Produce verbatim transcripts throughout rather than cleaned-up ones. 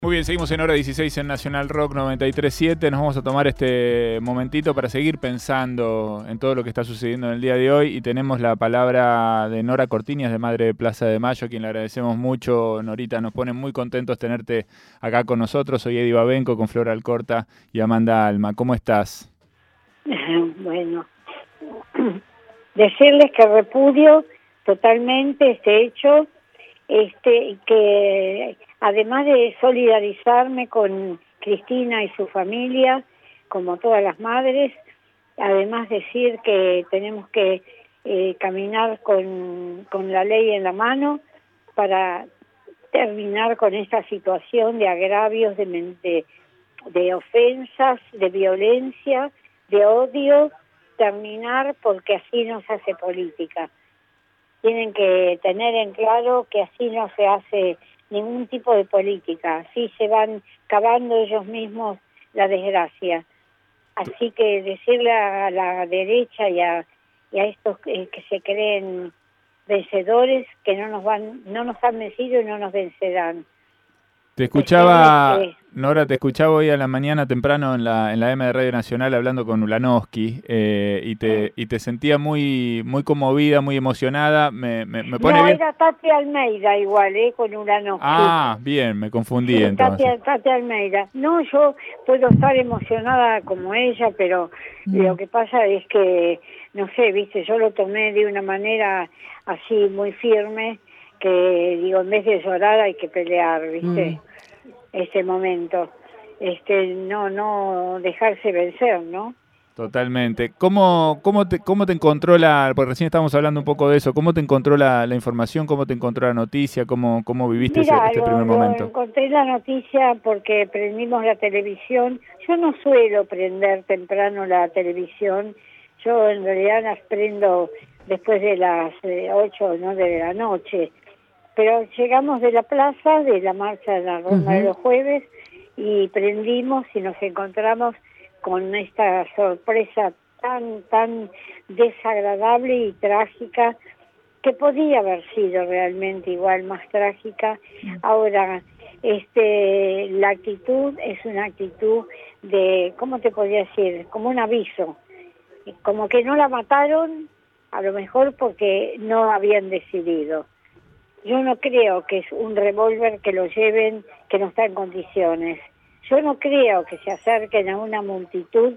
Muy bien, seguimos en hora dieciséis en Nacional Rock noventa y tres punto siete. Nos vamos a tomar este momentito para seguir pensando en todo lo que está sucediendo en el día de hoy y tenemos la palabra de Nora Cortiñas, de Madre de Plaza de Mayo, a quien le agradecemos mucho. Norita, nos pone muy contentos tenerte acá con nosotros. Soy Eddie Babenco con Flor Alcorta y Amanda Alma. ¿Cómo estás? Bueno, decirles que repudio totalmente este hecho, este que además de solidarizarme con Cristina y su familia, como todas las madres, además decir que tenemos que eh, caminar con, con la ley en la mano para terminar con esta situación de agravios, de, de, de ofensas, de violencia, de odio, terminar porque así no se hace política. Tienen que tener en claro que así no se hace ningún tipo de política, así se van cavando ellos mismos la desgracia. Así que decirle a la derecha y a, y a estos que, que se creen vencedores que no nos van, no nos han vencido y no nos vencerán. Te escuchaba, que... Nora, te escuchaba hoy a la mañana temprano en la en la M de Radio Nacional hablando con Ulanowski eh, y te y te sentía muy muy conmovida, muy emocionada. Me, me, me pone no, bien. era Tati Almeida igual, ¿eh? Con Ulanowski. Ah, bien, me confundí sí, entonces. Tati, Tati Almeida. No, yo puedo estar emocionada como ella, pero mm. lo que pasa es que, no sé, viste, yo lo tomé de una manera así muy firme, que digo, en vez de llorar hay que pelear, viste, mm. ese momento. Este, no, no dejarse vencer, ¿no? Totalmente. ¿Cómo, cómo, te, ¿Cómo te encontró la, porque recién estábamos hablando un poco de eso, cómo te encontró la, la información, cómo te encontró la noticia, cómo, cómo viviste Mirá, ese, este lo, primer lo momento? encontré la noticia porque prendimos la televisión. Yo no suelo prender temprano la televisión, yo en realidad las prendo después de las ocho o nueve de la noche. Pero llegamos de la plaza, de la marcha de la ronda uh-huh. de los jueves, y prendimos y nos encontramos con esta sorpresa tan, tan desagradable y trágica, que podía haber sido realmente igual más trágica. Ahora, este, la actitud es una actitud de, ¿cómo te podría decir? Como un aviso, como que no la mataron, a lo mejor porque no habían decidido. Yo no creo que es un revólver que lo lleven, que no está en condiciones. Yo no creo que se acerquen a una multitud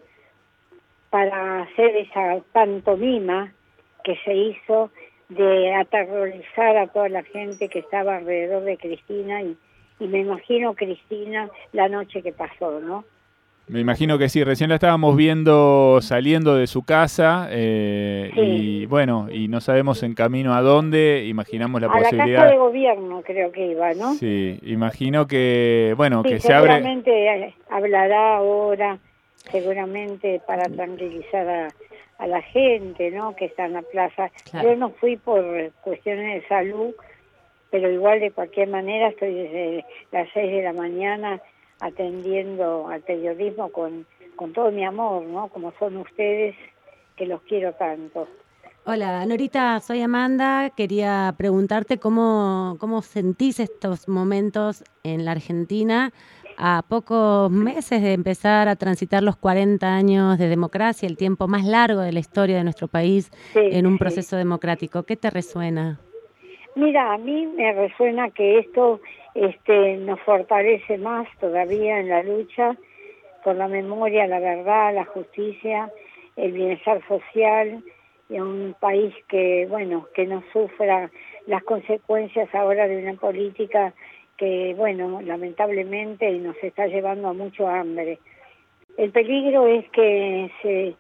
para hacer esa pantomima que se hizo de aterrorizar a toda la gente que estaba alrededor de Cristina y, y me imagino Cristina la noche que pasó, ¿no? Me imagino que sí, recién la estábamos viendo saliendo de su casa eh, sí. y bueno, y no sabemos en camino a dónde, imaginamos la a posibilidad... A la casa de gobierno creo que iba, ¿no? Sí, imagino que, bueno, sí, que se abre... seguramente hablará ahora, seguramente para tranquilizar a, a la gente, ¿no? Que está en la plaza. Claro. Yo no fui por cuestiones de salud, pero igual de cualquier manera estoy desde las seis de la mañana atendiendo al periodismo con, con todo mi amor, ¿no? Como son ustedes, que los quiero tanto. Hola, Norita, soy Amanda. Quería preguntarte cómo, cómo sentís estos momentos en la Argentina a pocos meses de empezar a transitar los cuarenta años de democracia, el tiempo más largo de la historia de nuestro país sí, en un proceso sí. democrático. ¿Qué te resuena? Mira, a mí me resuena que esto este, nos fortalece más todavía en la lucha por la memoria, la verdad, la justicia, el bienestar social, y un país que, bueno, que no sufra las consecuencias ahora de una política que, bueno, lamentablemente nos está llevando a mucho hambre. El peligro es que se,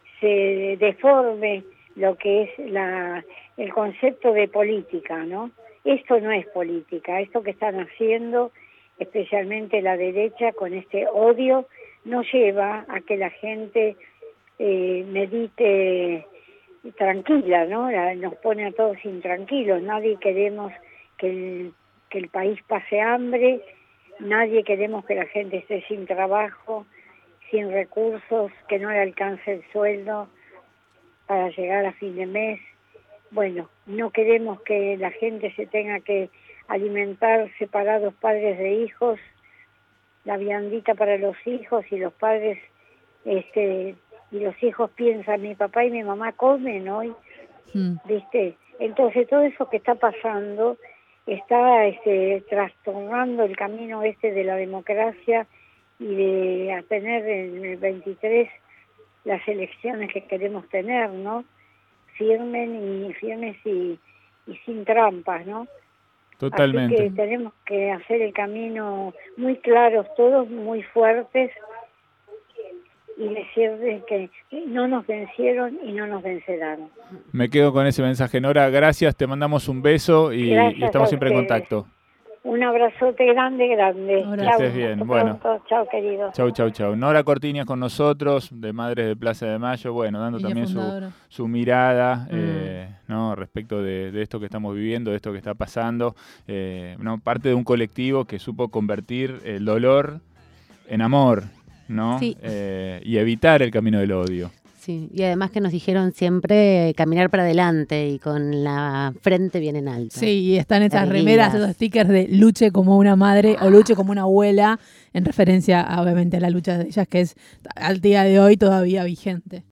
se deforme lo que es la el concepto de política, ¿no? Esto no es política, esto que están haciendo, especialmente la derecha, con este odio, no lleva a que la gente eh, medite tranquila, ¿no? Nos pone a todos intranquilos, nadie queremos que el, que el país pase hambre, nadie queremos que la gente esté sin trabajo, sin recursos, que no le alcance el sueldo para llegar a fin de mes. Bueno, no queremos que la gente se tenga que alimentar separados padres de hijos, la viandita para los hijos y los padres, este, y los hijos piensan, mi papá y mi mamá comen hoy, mm. ¿viste? Entonces todo eso que está pasando está este, trastornando el camino este de la democracia y de a tener en el veintitrés las elecciones que queremos tener, ¿no? Firmen y firmes y, y sin trampas, ¿no? Totalmente. Así que tenemos que hacer el camino muy claros todos, muy fuertes, y decirles que no nos vencieron y no nos vencerán. Me quedo con ese mensaje, Nora. Gracias, te mandamos un beso y, y estamos siempre en contacto. Un abrazote grande, grande. Que estés bien. Bueno. Chao, querido. Chau, chau, chau. Nora Cortiñas con nosotros, de Madres de Plaza de Mayo, bueno, dando Ella también su, su mirada, mm. eh, ¿no? respecto de, de esto que estamos viviendo, de esto que está pasando. Eh, ¿no? Parte de un colectivo que supo convertir el dolor en amor, ¿no? Sí. Eh, y evitar el camino del odio. Sí, y además que nos dijeron siempre caminar para adelante y con la frente bien en alto. Sí, y están estas remeras, esos stickers de luche como una madre o luche como una abuela, en referencia obviamente a la lucha de ellas, que es al día de hoy todavía vigente.